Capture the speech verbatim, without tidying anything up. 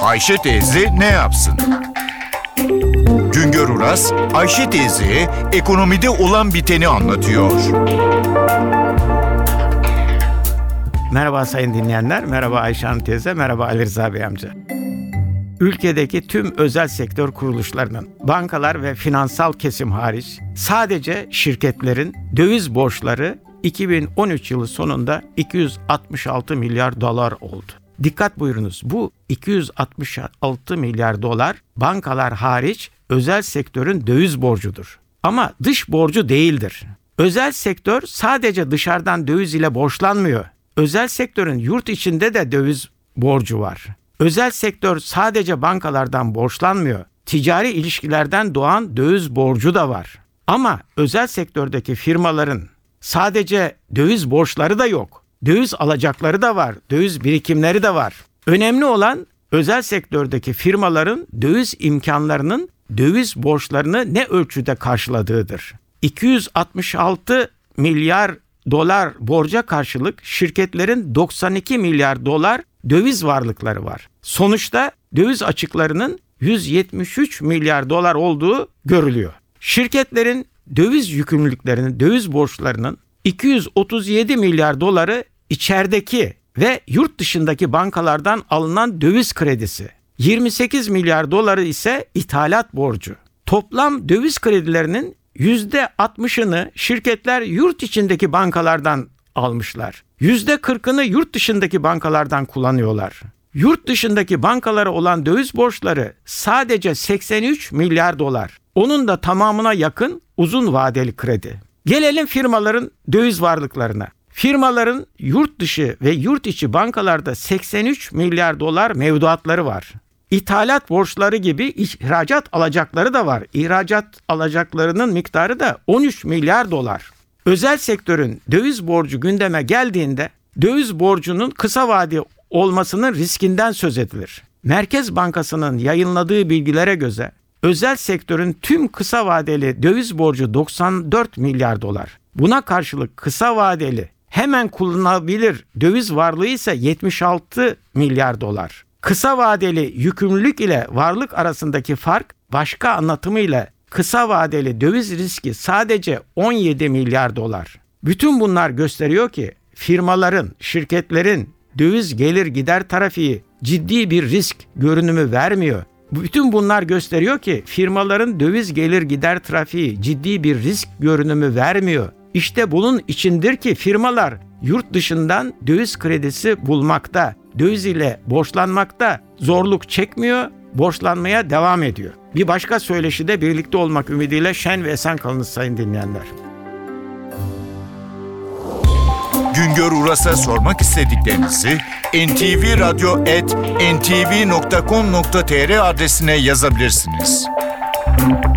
Ayşe teyze ne yapsın? Güngör Uras, Ayşe teyzeye ekonomide olan biteni anlatıyor. Merhaba sayın dinleyenler, merhaba Ayşe Hanım teyze, merhaba Ali Rıza Bey amca. Ülkedeki tüm özel sektör kuruluşlarının, bankalar ve finansal kesim hariç sadece şirketlerin döviz borçları iki bin on üç yılı sonunda iki yüz altmış altı milyar dolar oldu. Dikkat buyurunuz, bu iki yüz altmış altı milyar dolar bankalar hariç özel sektörün döviz borcudur. Ama dış borcu değildir. Özel sektör sadece dışarıdan döviz ile borçlanmıyor. Özel sektörün yurt içinde de döviz borcu var. Özel sektör sadece bankalardan borçlanmıyor. Ticari ilişkilerden doğan döviz borcu da var. Ama özel sektördeki firmaların sadece döviz borçları da yok. Döviz alacakları da var. Döviz birikimleri de var. Önemli olan özel sektördeki firmaların döviz imkanlarının döviz borçlarını ne ölçüde karşıladığıdır. iki yüz altmış altı milyar dolar borca karşılık şirketlerin doksan iki milyar dolar döviz varlıkları var. Sonuçta döviz açıklarının yüz yetmiş üç milyar dolar olduğu görülüyor. Şirketlerin döviz yükümlülüklerinin, döviz borçlarının iki yüz otuz yedi milyar doları içerideki ve yurt dışındaki bankalardan alınan döviz kredisi. yirmi sekiz milyar doları ise ithalat borcu. Toplam döviz kredilerinin yüzde altmışını şirketler yurt içindeki bankalardan almışlar. yüzde kırkını yurt dışındaki bankalardan kullanıyorlar. Yurt dışındaki bankalara olan döviz borçları sadece seksen üç milyar dolar. Onun da tamamına yakın uzun vadeli kredi. Gelelim firmaların döviz varlıklarına. Firmaların yurt dışı ve yurt içi bankalarda seksen üç milyar dolar mevduatları var. İthalat borçları gibi ihracat alacakları da var. İhracat alacaklarının miktarı da on üç milyar dolar. Özel sektörün döviz borcu gündeme geldiğinde döviz borcunun kısa vade olmasının riskinden söz edilir. Merkez Bankası'nın yayınladığı bilgilere göre özel sektörün tüm kısa vadeli döviz borcu doksan dört milyar dolar. Buna karşılık kısa vadeli hemen kullanılabilir döviz varlığı ise yetmiş altı milyar dolar. Kısa vadeli yükümlülük ile varlık arasındaki fark başka anlatımıyla kısa vadeli döviz riski sadece on yedi milyar dolar. Bütün bunlar gösteriyor ki firmaların, şirketlerin döviz gelir gider trafiği ciddi bir risk görünümü vermiyor. Bütün bunlar gösteriyor ki firmaların döviz gelir gider trafiği ciddi bir risk görünümü vermiyor. İşte bunun içindir ki firmalar yurt dışından döviz kredisi bulmakta, döviz ile borçlanmakta zorluk çekmiyor, borçlanmaya devam ediyor. Bir başka söyleşide birlikte olmak ümidiyle şen ve esen kalınız sayın dinleyenler. Güngör Uras'a sormak istediklerinizi en ti vi radyo at en ti vi nokta com nokta tr adresine yazabilirsiniz.